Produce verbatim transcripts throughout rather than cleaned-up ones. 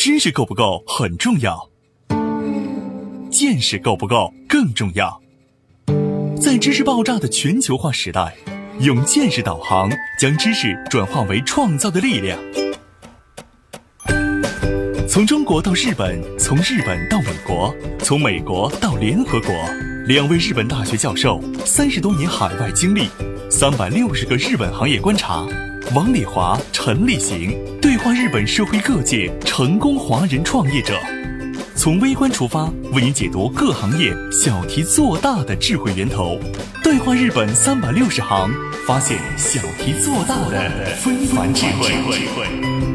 知识够不够很重要，见识够不够更重要。在知识爆炸的全球化时代，用见识导航，将知识转化为创造的力量。从中国到日本，从日本到美国，从美国到联合国，两位日本大学教授，三十多年海外经历，三百六十个日本行业观察。王礼华、陈立行对话日本社会各界成功华人创业者，从微观出发，为您解读各行业小题做大的智慧源头。对话日本三百六十行，发现小题做大的非凡智慧。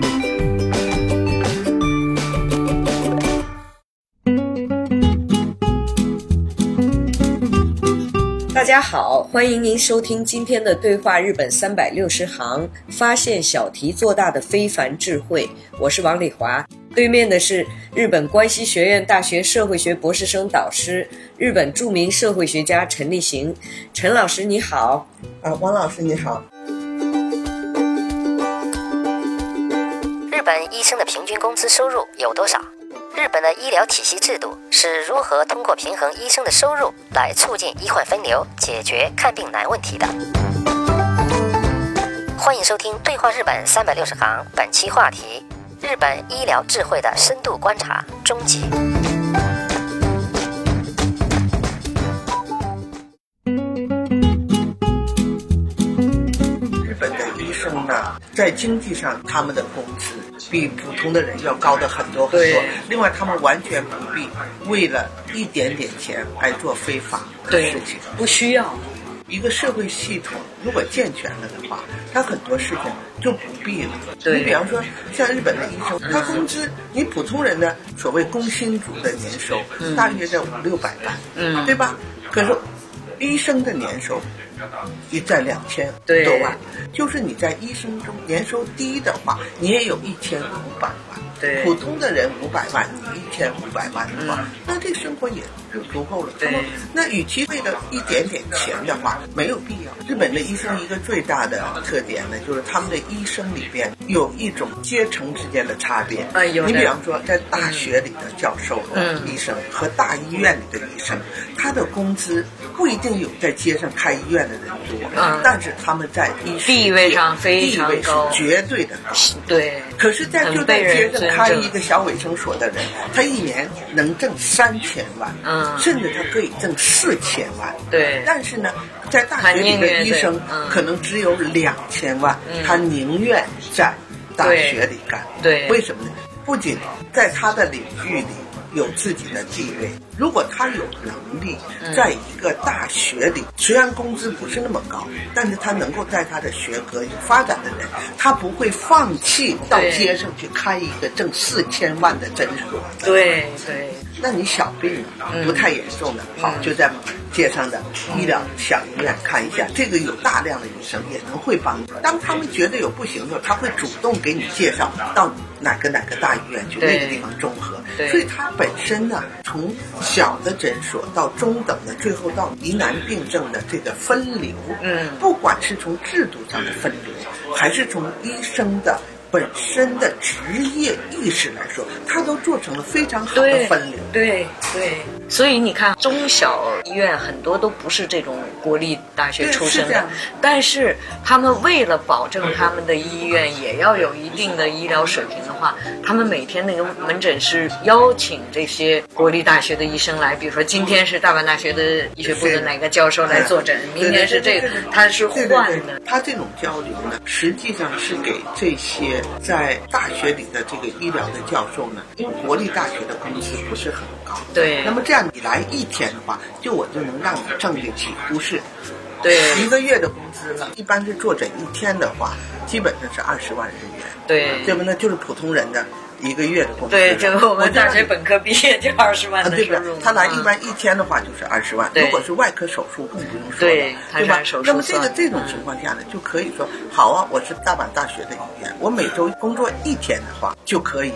大家好，欢迎您收听今天的对话日本三百六十行，发现小题做大的非凡智慧。我是王礼华，对面的是日本关西学院大学社会学博士生导师，日本著名社会学家陈立行。陈老师你好。 啊，王老师你好。 日本医生的平均工资收入有多少？日本的医疗体系制度是如何通过平衡医生的收入来促进医患分流，解决看病难问题的？欢迎收听对话日本三百六十行，本期话题：日本医疗智慧的深度观察终极。 日本的医生呢，在经济上他们的工资比普通的人要高的很多很多，另外他们完全不必为了一点点钱来做非法的事情， 不需要。 一个社会系统如果健全了的话，他很多事情就不必了。你比方说像日本的医生，他工资你普通人的所谓工薪族的年收、嗯、大约在五六百万、嗯、对吧？可是医生的年收也在两千多万，就是你在医生中年收低的话，你也有一千五百万。对，普通的人五百万，你一千五百万的话、嗯，那这生活也就足够了。对，那与其为了一点点钱的话，没有必要。日本的医生一个最大的特点呢，就是他们的医生里边有一种阶层之间的差别。哎、嗯，你比方说，在大学里的教授、嗯、医生和大医院里的医生，他的工资不一定有在街上开医院的人多，嗯、但是他们在医学地位上非常高， 地位是绝对的高。对，可是在就在街上开一个小卫生所的人，他一年能挣三千万，嗯，甚至他可以挣四千万。对，但是呢，在大学里的医生可能只有两千万，嗯、他宁愿在大学里干。对，为什么呢？不仅在他的领域里有自己的地位，如果他有能力在一个大学里，虽然工资不是那么高，但是他能够在他的学科有发展的人，他不会放弃到街上去开一个挣四千万的诊所。对对，那你小病不太严重的，好、嗯、就在街上的医疗小医院看一下，这个有大量的医生也能会帮助。当他们觉得有不行的时候，他会主动给你介绍到哪个哪个大医院去，那个地方综合。所以它本身呢，从小的诊所到中等的，最后到疑难病症的这个分流，嗯，不管是从制度上的分流，还是从医生的本身的职业意识来说，他都做成了非常好的分流。 对对对，所以你看中小医院很多都不是这种国立大学出身的，但是他们为了保证他们的医院也要有一定的医疗水平的话，他们每天那个门诊是邀请这些国立大学的医生来，比如说今天是大阪大学的医学部的哪个教授来坐诊，明天是这个，他是换的。 他这种交流呢，实际上是给这些在大学里的这个医疗的教授呢，因为国立大学的工资不是很高，对，那么这样你来一天的话，就我就能让你挣的几乎是对一个月的工资了。一般是坐诊一天的话，基本上是二十万日元，对，对不？那就是普通人的一个月的工资。对， 这个我们大学本科毕业就二十万的收入、啊、对不对？ 他来一般一天的话就是二十万，如果是外科手术更不用说了，对，对吧？那么这个这种情况下呢，就可以说好啊，我是大阪大学的医院，我每周工作一天的话，就可以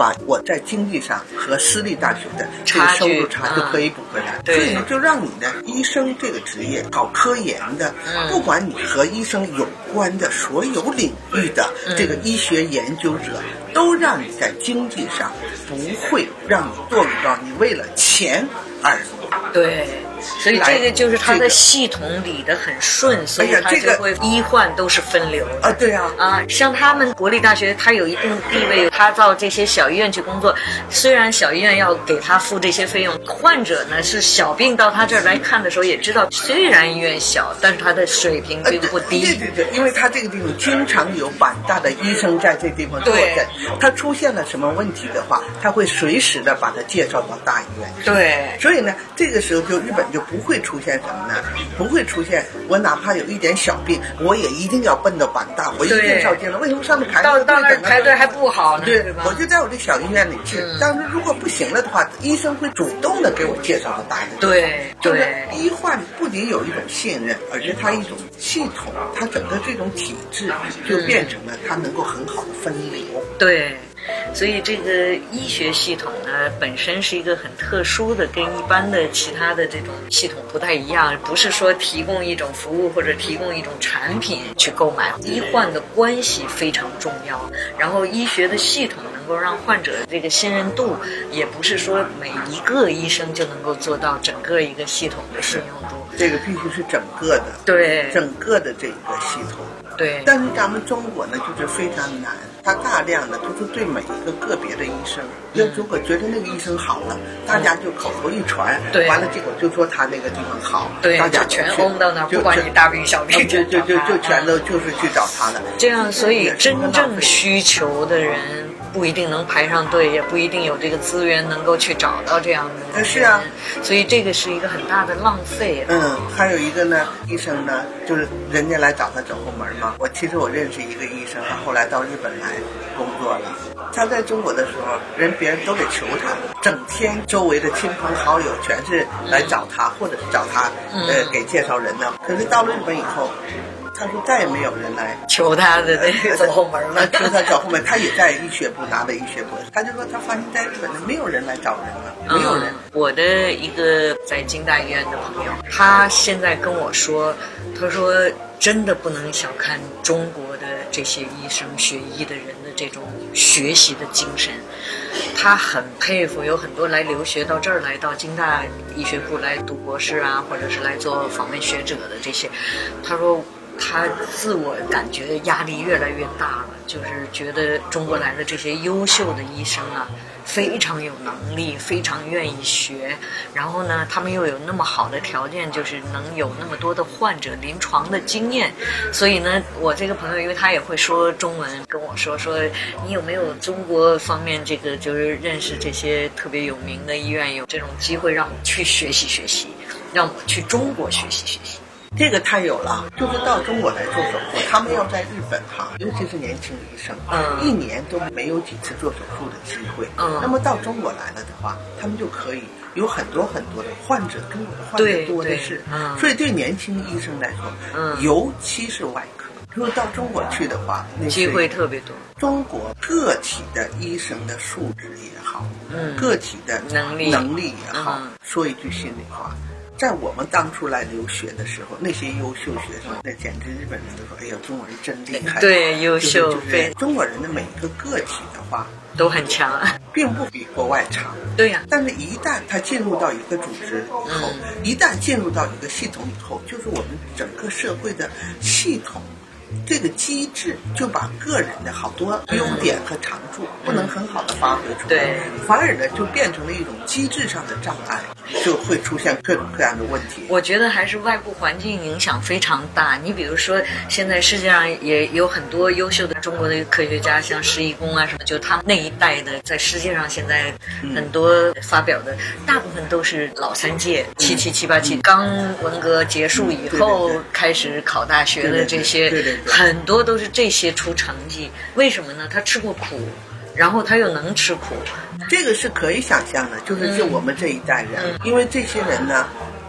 把我在经济上和私立大学的这个收入差就可以补回来。嗯、所以呢，就让你的医生这个职业搞科研的，嗯、不管你和医生有关的所有领域的这个医学研究者，嗯、都让你在经济上不会让你堕入到你为了钱而对。所以这个就是它的系统理得很顺，所以它就会医患都是分流啊。对啊， 啊，像他们国立大学，它有一定地位，他到这些小医院去工作，虽然小医院要给他付这些费用，患者呢是小病到他这儿来看的时候，也知道虽然医院小，但是他的水平并不低。 对对对，因为他这个地方经常有版大的医生在这地方坐诊，他出现了什么问题的话，他会随时的把他介绍到大医院。 对， 所以呢，这个时候就日本就不会出现什么呢？不会出现我哪怕有一点小病，我也一定要奔到版大，我一定要进了。为什么上面排到到那儿排队还不好呢？ 对，我就在我这小医院里去。嗯、但是如果不行了的话，医生会主动的给我介绍到大医院。 对， 就是医患不仅有一种信任，而且它一种系统，它整个这种体制就变成了它能够很好的分流。 对。所以这个医学系统呢，本身是一个很特殊的，跟一般的其他的这种系统不太一样，不是说提供一种服务或者提供一种产品去购买，医患的关系非常重要。然后医学的系统能够让患者这个信任度，也不是说每一个医生就能够做到整个一个系统的信用度， 这个必须是整个的， 对， 整个的这个系统。 对， 但是咱们中国呢，就是非常难，它大量的就是对每一个个别的医生，要如果觉得那个医生好了，大家就口头一传，对，完了结果就说他那个地方好， 对， 大家全轰到那儿，不管你大病小病， 就就就就全都就是去找他了。 这样，所以真正需求的人不一定能排上队，也不一定有这个资源能够去找到这样的人。 是啊， 所以这个是一个很大的浪费。 嗯，还有一个呢，医生呢，就是人家来找他走后门嘛。我其实我认识一个医生，他后来到日本来工作了。他在中国的时候，人别人都得求他，整天周围的亲朋好友全是来找他，嗯、或者是找他呃给介绍人呢。可是到了日本以后，他说再也没有人来求他的那个走后门了， 求他走后门。他也在医学部拿的医学博士，他就说他发现在日本呢没有人来找人了，没有人。 嗯、我的一个在京大医院的朋友，他现在跟我说，他说真的不能小看中国的这些医生学医的人的这种学习的精神，他很佩服有很多来留学到这儿来到京大医学部来读博士啊，或者是来做访问学者的这些，他说他自我感觉压力越来越大了，就是觉得中国来的这些优秀的医生啊，非常有能力，非常愿意学，然后呢，他们又有那么好的条件，就是能有那么多的患者临床的经验，所以呢，我这个朋友，因为他也会说中文，跟我说说你有没有中国方面这个就是认识这些特别有名的医院，有这种机会让我去学习学习，让我去中国学习学习。 这个太有了，就是到中国来做手术，他们要在日本哈，尤其是年轻医生，嗯，一年都没有几次做手术的机会，嗯，那么到中国来了的话，他们就可以有很多很多的患者，中国的患者多的是，嗯，所以对年轻医生来说，嗯，尤其是外科，如果到中国去的话，那机会特别多。 中国个体的医生的素质也好，嗯，个体的能力能力也好，嗯，说一句心里话。在我们当初来留学的时候，那些优秀学生，那简直日本人都说：“哎呀，中国人真厉害！” 对，优秀。 就是就是中国人的每一个个体的话都很强， 并不比国外强。 对呀、啊。 但是，一旦他进入到一个组织以后，嗯、一旦进入到一个系统以后，就是我们整个社会的系统。这个机制就把个人的好多优点和长处不能很好的发挥出来，对，反而呢就变成了一种机制上的障碍，就会出现各种各样的问题。 我觉得还是外部环境影响非常大。你比如说，现在世界上也有很多优秀的中国的科学家，像施一公啊什么，就他们那一代的，在世界上现在很多发表的，大部分都是老三届，七七七八七，刚文革结束以后开始考大学的这些。 对对对很多都是这些出成绩，为什么呢？他吃过苦，然后他又能吃苦， 这个是可以想象的。就是就我们这一代人，嗯、因为这些人呢，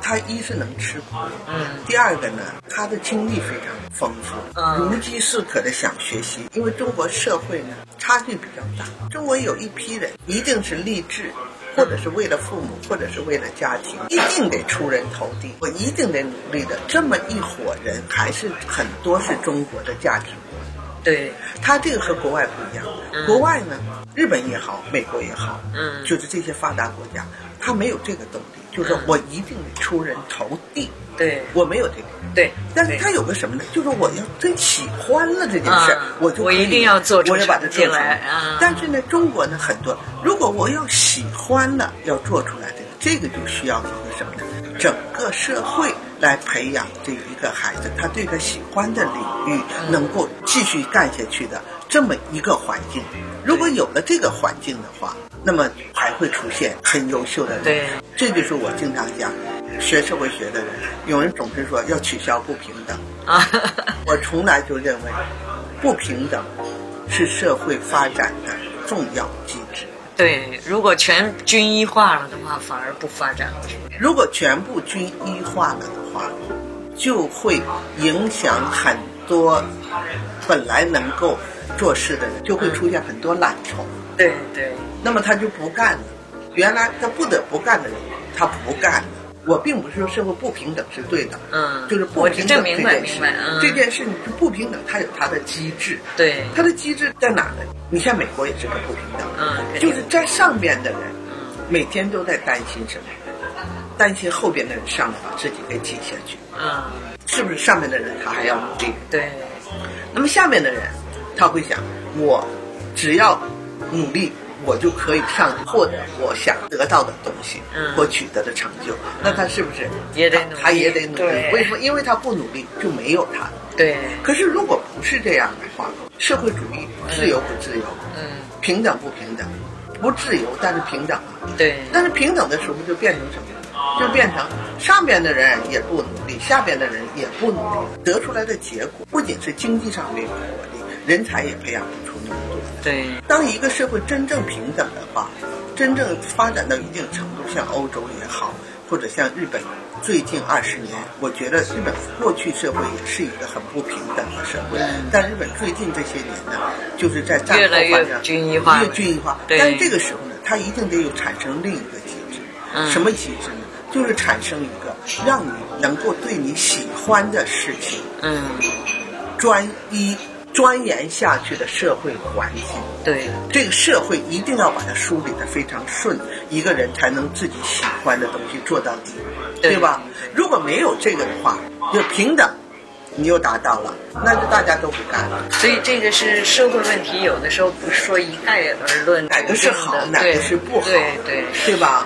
他一是能吃苦，嗯，第二个呢，他的经历非常丰富，嗯，如饥似渴的想学习。因为中国社会呢差距比较大，中国有一批人一定是励志，或者是为了父母，或者是为了家庭，一定得出人头地，我一定得努力的。这么一伙人，还是很多是中国的价值观。 对， 他这个和国外不一样，嗯、国外呢，日本也好，美国也好，嗯，就是这些发达国家，他没有这个动力，就是我一定得出人头地。 对， 我没有这个。 对， 但是他有个什么呢？就是我要真喜欢了这件事， 啊、 我就我一定要做出我要把它做出来。 啊、 但是呢，中国呢很多，如果我要喜欢了，要做出来这个，这个就需要一个什么呢？整个社会来培养这一个孩子，他对他喜欢的领域能够继续干下去的这么一个环境。如果有了这个环境的话，那么还会出现很优秀的人。 对， 这就是我经常讲，学社会学的人，有人总是说要取消不平等啊，我从来就认为，不平等是社会发展的重要机制。 对，如果全均一化了的话，反而不发展了。 如果全部均一化了的话，就会影响很多本来能够做事的人，就会出现很多懒虫。 对对， 那么他就不干了。原来他不得不干的人，他不干了。我并不是说社会不平等是对的，嗯，就是不平等这件事，嗯、这件事不平等，它有它的机制， 对， 它的机制在哪呢？你像美国也是个不平等， 嗯， 就是在上边的人，每天都在担心什么？担心后边的人上来把自己给挤下去，嗯，是不是上面的人他还要努力？ 对， 那么下面的人他会想，我只要努力，我就可以上去获得我想得到的东西，嗯，或取得的成就。那他是不是也得努力？ 他也得努力。为什么？因为他不努力就没有他。 对。 可是如果不是这样的话，社会主义自由不自由？嗯。平等不平等？不自由，但是平等啊。 对。 但是平等的时候就变成什么？就变成上边的人也不努力，下边的人也不努力，得出来的结果不仅是经济上没有活力，人才也培养不出那么多。 对， 当一个社会真正平等的话，真正发展到一定程度，像欧洲也好，或者像日本，最近二十年，我觉得日本过去社会也是一个很不平等的社会，嗯、但日本最近这些年呢，就是在战后发展越均一化， 越均一化。但是这个时候呢，它一定得有产生另一个机制，嗯、什么机制呢？就是产生一个让你能够对你喜欢的事情，嗯，专一钻研下去的社会环境。 对， 这个社会一定要把它梳理得非常顺，一个人才能自己喜欢的东西做到底， 对, 对吧？如果没有这个的话，就平等你又达到了，那就大家都不干了。 所以这个是社会问题，有的时候不是说一概而论， 哪个是好，哪个是不好， 对对对, 对吧？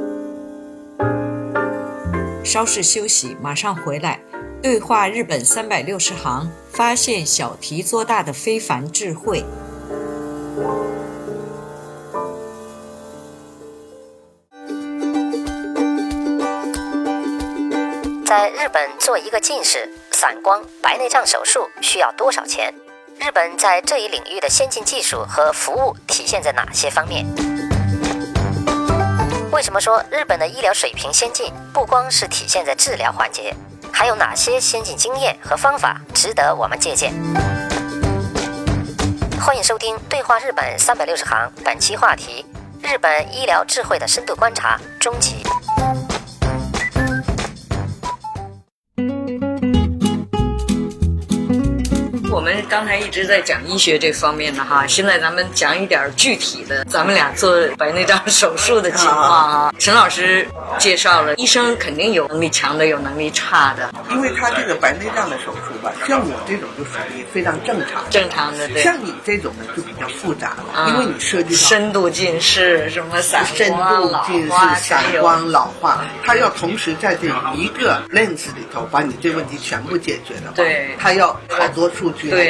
稍事休息，马上回来。对话日本三百六十行，发现小题做大的非凡智慧。 在日本做一个近视、散光、白内障手术需要多少钱？日本在这一领域的先进技术和服务体现在哪些方面？为什么说日本的医疗水平先进，不光是体现在治疗环节，还有哪些先进经验和方法值得我们借鉴？欢迎收听《对话日本三百六十行》，本期话题：日本医疗智慧的深度观察终极。 我们刚才一直在讲医学这方面的哈，现在咱们讲一点具体的，咱们俩做白内障手术的情况啊。陈老师介绍了，医生肯定有能力强的，有能力差的。 因为他这个白内障的手术吧，像我这种就属于非常正常， 正常的对。 像你这种呢就比较复杂了，嗯、因为你涉及到深度近视、什么散光、 深度近视、散光、老化，他要同时在这一个 lens 里头把你这问题全部解决的话， 对， 他要好多数据。 对，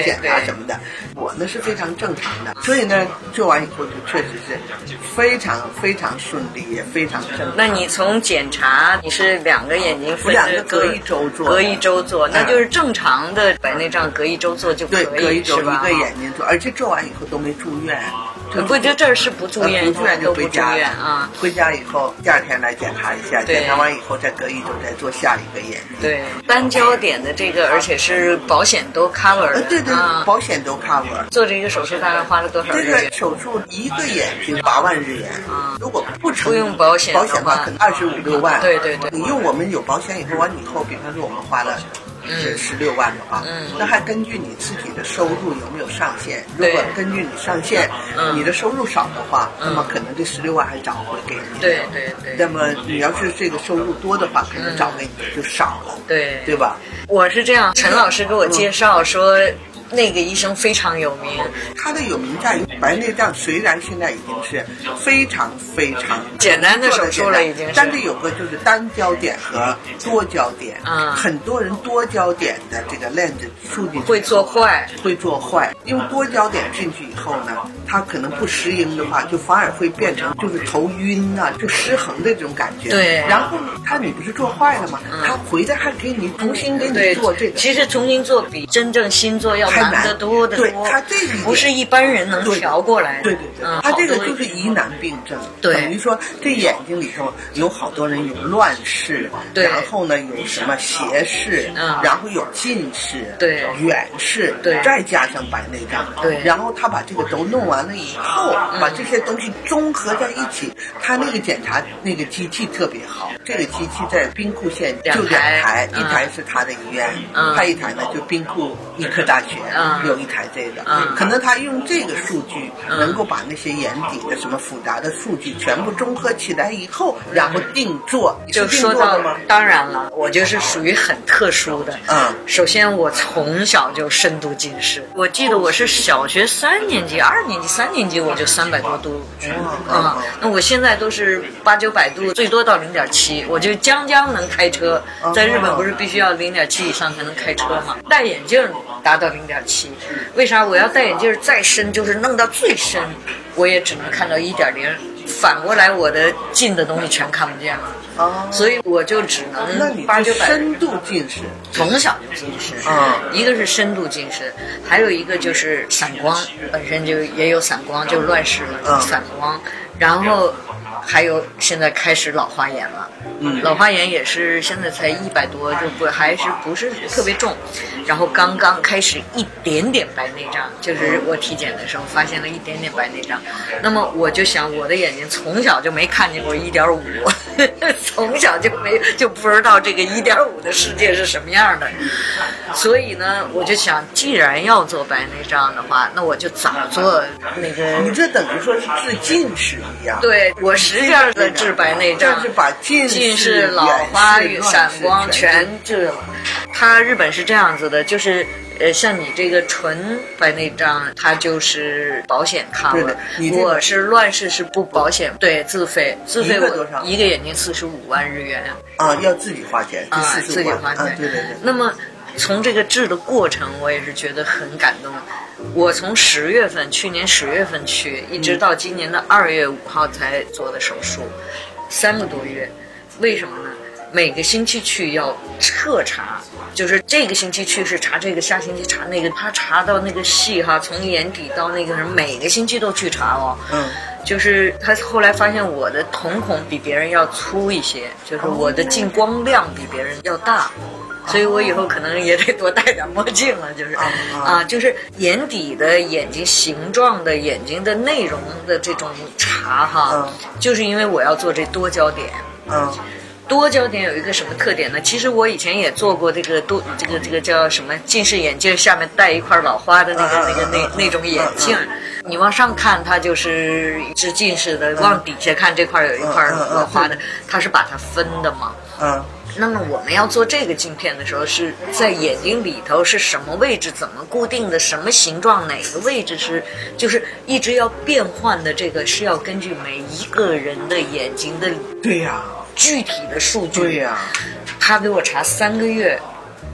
检查什么的。我呢是非常正常的，所以呢做完以后就确实是非常非常顺利，也非常正常。 那你从检查你是两个眼睛分两个隔一周做， 隔一周做，那就是正常的白内障隔一周做就可以， 对，隔一周一个眼睛做，而且做完以后都没住院。 不，这这是不住院， 不住院就回家了啊。 回家以后，第二天来检查一下，检查完以后再隔一周再做下一个眼睛。 对，单焦点的这个，而且是保险都 cover 的。 对对， 啊、 保险都 cover。 做这个手术大概花了多少日元？ 这个手术一个眼睛八万日元啊，如果不成不用保险保险的话，可能二十五六万。 对对对， 你用我们有保险以后完以后，比方说我们花了。是十六万的话，嗯，那还根据你自己的收入有没有上限？如果根据你上限，嗯、你的收入少的话，嗯、那么可能这十六万还找回给你。 对对对。 那么你要是这个收入多的话，可能找给你就少了。 对， 对吧？ 我是这样，陈老师给我介绍说。那个医生非常有名， 他的有名在于白内障，虽然现在已经是非常非常简单的手术了，已经是， 但是有个就是单焦点和多焦点，嗯，很多人多焦点的这个 lens 输进去会做坏， 会做坏，因为多焦点进去以后呢，它可能不适应的话，就反而会变成就是头晕啊，就失衡的这种感觉。 对， 然后他你不是做坏了吗？嗯、他回来还给你重新给你做这个， 其实重新做比真正新做要。难得多的多， 对他这个不是一般人能调过来的。 对对对，嗯、他这个就是疑难病症，等于说这眼睛里头有好多人有乱视，然后呢有什么斜视，嗯、然后有近视， 对， 远视， 对， 再加上白内障， 对， 然后他把这个都弄完了以后，嗯、把这些东西综合在一起，他那个检查那个机器特别好，这个机器在兵库县就两台，嗯、一台是他的医院，嗯、他一台呢就兵库医科大学。嗯、有一台这个，嗯、可能他用这个数据，嗯、能够把那些眼底的什么复杂的数据全部综合起来以后，然后定做。 就说到当然了，我就是属于很特殊的。嗯，首先我从小就深度近视，我记得我是小学三年级、二年级、三年级我就三百多度。嗯，嗯那我现在都是八九百度，最多到零点七，我就将将能开车。在日本不是必须要零点七以上才能开车吗？戴眼镜达到零点七，为啥我要戴眼镜再深，就是弄到最深，我也只能看到一点零，反过来我的近的东西全看不见了。哦，所以我就只能八九百。 深度近视， 从小就近视。嗯，一个是深度近视，还有一个就是散光，本身就也有散光，就乱视了，嗯、散光，然后。还有现在开始老花眼了，嗯，老花眼也是现在才一百多，就不还是不是特别重，然后刚刚开始一点点白内障，就是我体检的时候发现了一点点白内障，那么我就想我的眼睛从小就没看见过一点五，从小就没就不知道这个一点五的世界是什么样的，所以呢，我就想既然要做白内障的话，那我就早做那个。 你这等于说是治近视一样。 对，我实际上的治白内障， 就是把近视、 近视、老花、散光全治了。它日本是这样子的，就是呃，像你这个纯白内障，它就是保险 cover。我是乱视是不保险，对，自费，自费我一个眼睛四十五万日元啊，要自己花钱啊，自己花钱。 啊、对对对。 那么从这个治的过程，我也是觉得很感动。我从十月份，去年十月份去，一直到今年的二月五号才做的手术，三个多月。为什么呢？每个星期去要彻查，就是这个星期去是查这个，下星期查那个，他查到那个细哈，从眼底到那个什么，每个星期都去查哦。嗯。就是他后来发现我的瞳孔比别人要粗一些，就是我的进光量比别人要大。所以我以后可能也得多戴点墨镜了，就是啊，就是眼底的眼睛形状的眼睛的内容的这种查哈，就是因为我要做这多焦点。嗯，多焦点有一个什么特点呢？其实我以前也做过这个多这个这个叫什么近视眼镜，下面带一块老花的那个那个那那种眼镜。你往上看它就是是近视的，往底下看这块有一块老花的，它是把它分的嘛。嗯。那么我们要做这个镜片的时候，是在眼睛里头是什么位置，怎么固定的，什么形状，哪个位置是，就是一直要变换的。这个是要根据每一个人的眼睛的对呀具体的数据。 对呀， 他给我查三个月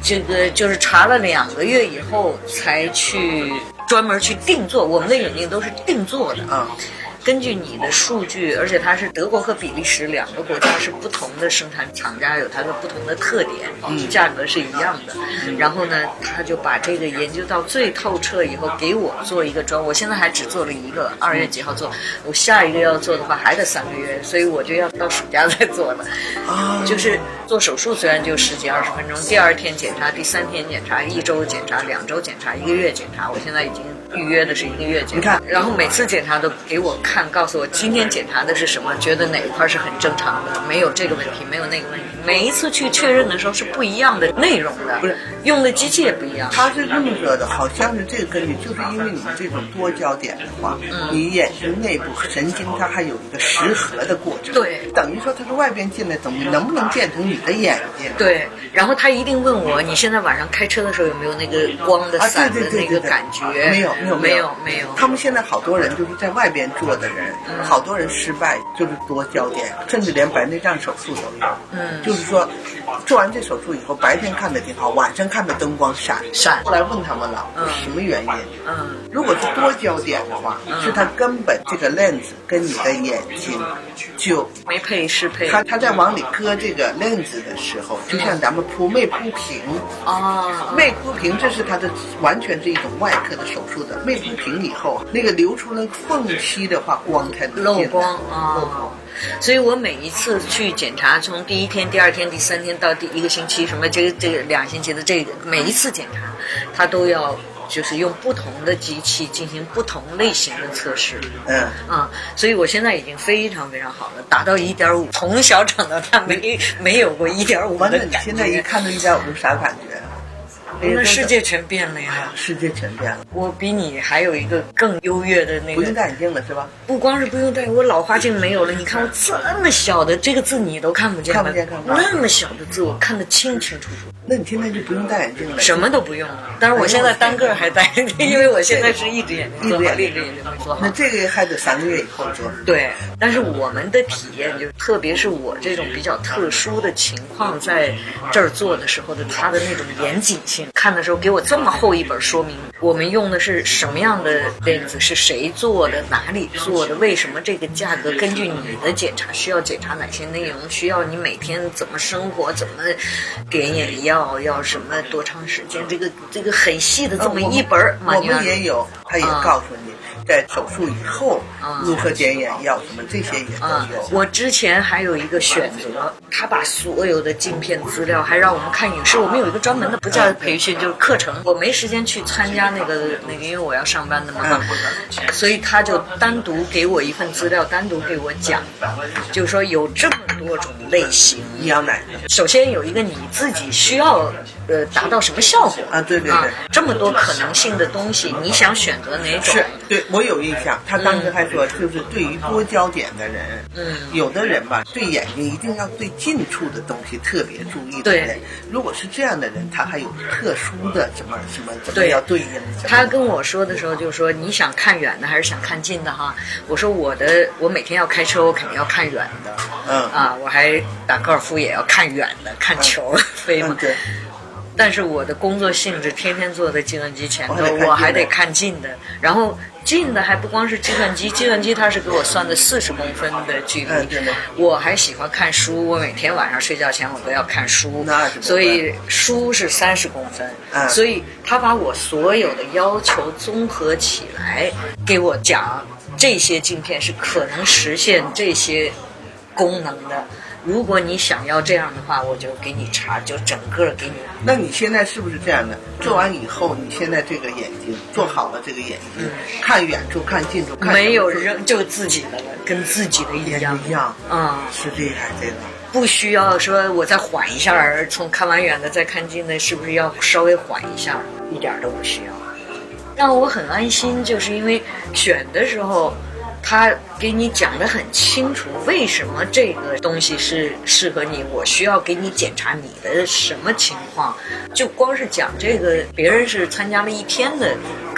这个就是查了两个月以后才去专门去定做，我们的眼镜都是定做的啊。根据你的数据，而且它是德国和比利时两个国家是不同的生产厂家，有它的不同的特点，嗯，价格是一样的。嗯、然后呢，他就把这个研究到最透彻以后，给我做一个专，我现在还只做了一个，二月几号做，我下一个要做的话还得三个月，所以我就要到暑假再做了。啊、哦，就是做手术虽然就十几二十分钟，第二天检查，第三天检查，一周检查，两周检查，一个月检查，我现在已经预约的是一个月检查。你看，然后每次检查都给我看。看，告诉我今天检查的是什么，觉得哪一块是很正常的，没有这个问题，没有那个问题。每一次去确认的时候是不一样的内容的，不是用的机器也不一样。 他是这么说的，好像是这个根据，就是因为你这种多焦点的话，嗯、你眼睛内部神经它还有一个识合的过程， 对， 等于说它是外边进来，等于能不能变成你的眼睛？ 对，然后他一定问我，你现在晚上开车的时候有没有那个光的闪的那个感觉？ 没有，没有， 没有，没有。 他们现在好多人就是在外边做的。人好多人失败就是多焦点，甚至连白内障手术都有。嗯，就是说做完这手术以后，白天看的挺好，晚上看的灯光闪闪。 后来问他们了，嗯、什么原因？嗯，如果是多焦点的话，嗯、是它根本这个 lens 跟你的眼睛就没配适配。 他他在往里搁这个 lens 的时候，就像咱们铺没铺平啊， 没铺平，这是它的完全是一种外科的手术的。没铺平以后，那个留出了缝隙的话，光才能漏光啊。漏光。所以我每一次去检查，从第一天、第二天、第三天到第一个星期，什么这个这个两星期的这个，每一次检查，它都要就是用不同的机器进行不同类型的测试。嗯啊，所以我现在已经非常非常好了，达到一点五，从小长到大没没有过一点五的感觉。 现在一看到一点五是啥感觉？ 那世界全变了呀！ 世界全变了。 我比你还有一个更优越的那个， 不用戴眼镜了是吧？ 不光是不用戴，我老花镜没有了。你看我这么小的这个字你都看不见， 看不见看不见。 那么小的字我看得清清楚楚。 那你现在就不用戴眼镜了？ 什么都不用了。但是我现在单个还戴，因为我现在是一只眼睛做好，另一只眼睛没做好。 那这个还得三个月以后做。 对，但是我们的体验就特别是我这种比较特殊的情况，在这儿做的时候的它的那种严谨性，看的时候给我这么厚一本说明，我们用的是什么样的 lens， 是谁做的，哪里做的，为什么这个价格，根据你的检查需要检查哪些内容，需要你每天怎么生活，怎么点眼药，要什么多长时间，这个这个很细的这么一本、 呃、我, 我们也有，他也告诉你、嗯、在手术以后、嗯、如何点眼药什么这些也都有、嗯、 我之前还有一个选择，他把所有的镜片资料还让我们看影视，我们有一个专门的不叫培训、嗯、就是课程，我没时间去参加那个那个因为我要上班的嘛、嗯、所以他就单独给我一份资料，单独给我讲，就是说有这么多种类型， 你要哪个？ 首先有一个你自己需要呃达到什么效果啊？对对对、啊， 这么多可能性的东西，你想选择哪种？ 是，对我有印象，他当时还说，就是对于多焦点的人，嗯，有的人吧，对眼睛一定要对近处的东西特别注意的人，对，如果是这样的人，他还有特殊的什么什么怎么要对应？ 他跟我说的时候就说，你想看远的还是想看近的哈？我说我的，我每天要开车，我肯定要看远的，嗯啊，我还打高尔夫也要看远的，看球、嗯、飞嘛。嗯对，但是我的工作性质天天坐在计算机前头，我还得看近的，然后近的还不光是计算机，计算机它是给我算的四十公分的距离、嗯、我还喜欢看书，我每天晚上睡觉前我都要看书，所以书是三十公分、嗯、所以他把我所有的要求综合起来给我讲，这些镜片是可能实现这些功能的，如果你想要这样的话，我就给你查，就整个给你。 那你现在是不是这样的？做完以后，你现在这个眼睛做好了，这个眼睛、嗯、看远处、看近处，看没有人就自己的了，跟自己的一样一样啊、 嗯，是厉害这个。 不需要说我再缓一下，从看完远的再看近的，是不是要稍微缓一下？一点都不需要。让我很安心，就是因为选的时候。他给你讲得很清楚，为什么这个东西是适合你，我需要给你检查你的什么情况，就光是讲这个，别人是参加了一天的课，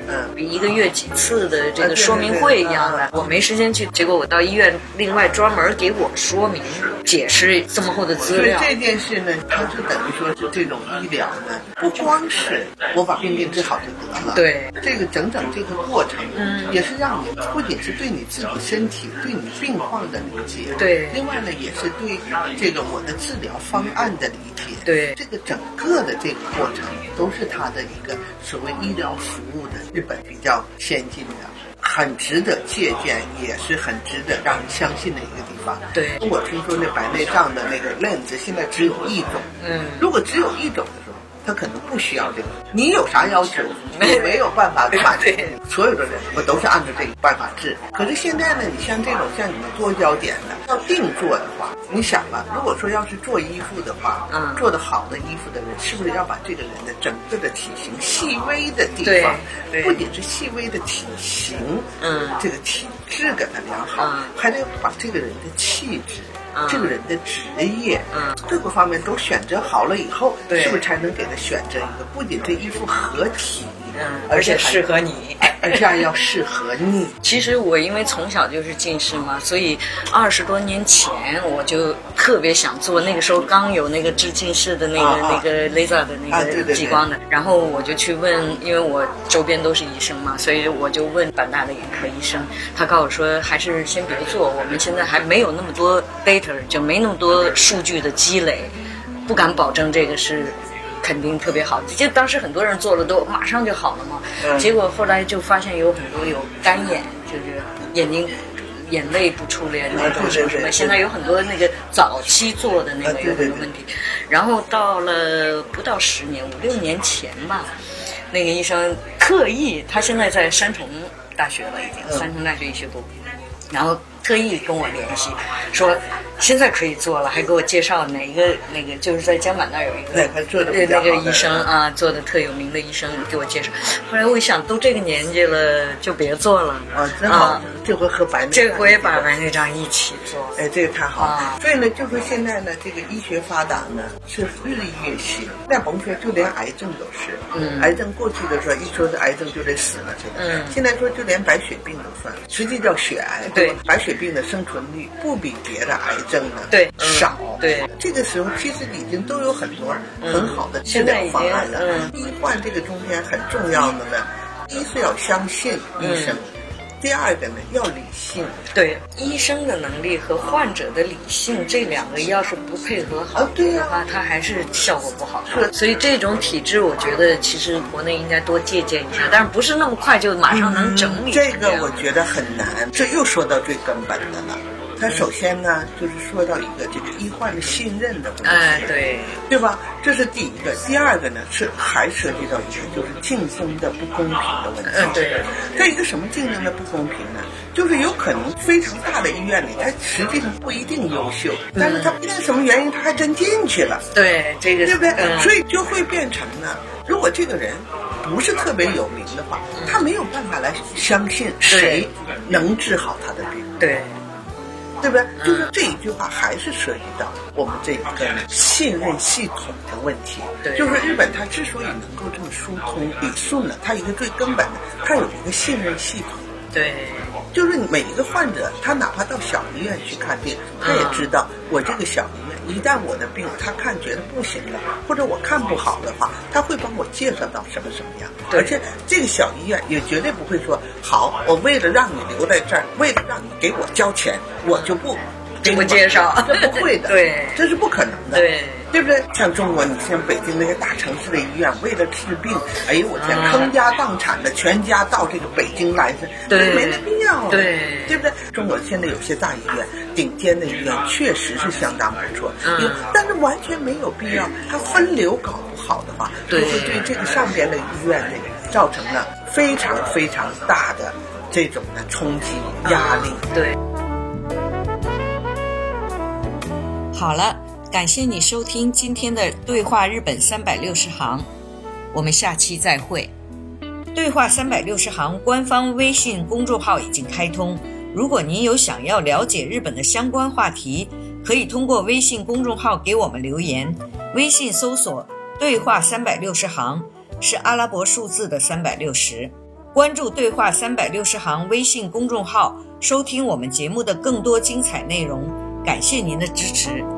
嗯，比一个月几次的这个说明会一样的，我没时间去，结果我到医院另外专门给我说明解释这么厚的资料。 所以这件事呢，它是等于说是这种医疗呢，不光是我把病病治好就得了， 对， 这个整整这个过程，嗯，也是让你不仅是对你自己身体、对你病况的理解， 对， 另外呢，也是对这个我的治疗方案的理解， 对， 这个整个的这个过程都是它的一个所谓医疗服务的日本比较先进的。很值得借鉴，也是很值得让人相信的一个地方。 对， 我听说那白内障的那个 lens 现在只有一种，嗯，如果只有一种的时候，他可能不需要这个。你有啥要求？我没有办法把这所有的人，我都是按照这个办法治。可是现在呢，你像这种像你们多焦点的，要定做的话，你想吧，如果说要是做衣服的话，嗯，做得好的衣服的人，是不是要把这个人的整个的体型、细微的地方，不仅是细微的体型，嗯，这个体质给它良好，嗯，还得把这个人的气质。这个人的职业，嗯，各个方面都选择好了以后，是不是才能给他选择一个不仅这衣服合体， 嗯，而且适合你， 而且还要适合你。 其实我因为从小就是近视嘛，所以二十多年前我就特别想做，那个时候刚有那个治近视的那个、啊、那个 laser 的那个激光的，啊、对对对，然后我就去问，因为我周边都是医生嘛，所以我就问阪大的眼科医生，他告诉我说还是先别做，我们现在还没有那么多 data。就没那么多数据的积累，不敢保证这个是肯定特别好。就当时很多人做了都马上就好了嘛，嗯、结果后来就发现有很多有干眼，就是眼睛眼泪不出来那种什么什么。现在有很多那个早期做的那个有很多问题。然后到了不到十年，五六年前吧，那个医生特意，他现在在三重大学了，已经三重大学医学部，然后特意跟我联系，说现在可以做了，还给我介绍哪一个那个就是在江板那儿有一个对那个医生啊，做的特有名的医生给我介绍。后来我一想，都这个年纪了，就别做了啊，真好。啊、这回和白内这回把白内障一起做， 哎，这个太好了。啊、所以呢，就说现在呢，这个医学发达呢是日益越新。那甭说，就连癌症都是，嗯，癌症过去的时候一说是癌症就得死了似的，嗯，现在说就连白血病都算，实际叫血癌， 对， 白血病的生存率不比别的癌症呢对少， 嗯、对， 这个时候其实已经都有很多很好的治疗方案了。嗯，医患这个中间很重要的呢，一是要相信医生。嗯，第二个呢，要理性。 对，医生的能力和患者的理性这两个要是不配合好的话，它还是效果不好。是，所以这种体制，我觉得其实国内应该多借鉴一下，但是不是那么快就马上能整理。 嗯、这个我觉得很难，这又说到最根本的了。它首先呢，就是说到一个这个医患的信任的问题， 哎，对， 对吧？这是第一个。第二个呢，是还涉及到一个就是竞争的不公平的问题。 嗯，对。 这一个什么竞争的不公平呢？就是有可能非常大的医院里，它实际上不一定优秀，嗯、但是它不知道什么原因，他还真进去了。 对，这个对不对？ 嗯、 所以就会变成呢，如果这个人不是特别有名的话，嗯、他没有办法来相信谁能治好他的病。 对。 对不对？就是这一句话还是涉及到我们这一个信任系统的问题。 对， 就是日本它之所以能够这么疏通理顺呢，它一个最根本的，它有一个信任系统。 对， 就是每一个患者，他哪怕到小医院去看病，他也知道我这个小医院，一旦我的病他看觉得不行了，或者我看不好的话，他会帮我介绍到什么什么样。而且这个小医院也绝对不会说，好，我为了让你留在这儿，为了让你给我交钱，我就不给你介绍， 这不会的， 对， 这是不可能的， 对。 对不对？像中国，你像北京那些大城市的医院，为了治病，哎呦我天，倾家荡产的全家到这个北京来， 对， 没那必要， 对， 对不对？中国现在有些大医院，顶尖的医院确实是相当不错，嗯，但是完全没有必要，它分流搞不好的话， 对， 会对这个上边的医院那个造成了非常非常大的这种的冲击压力。 对， 好了。感谢你收听今天的对话日本三百六十行，我们下期再会。对话三百六十行官方微信公众号已经开通，如果您有想要了解日本的相关话题，可以通过微信公众号给我们留言。微信搜索对话三百六十行，是阿拉伯数字的三百六十。 关注对话三百六十行微信公众号，收听我们节目的更多精彩内容。感谢您的支持。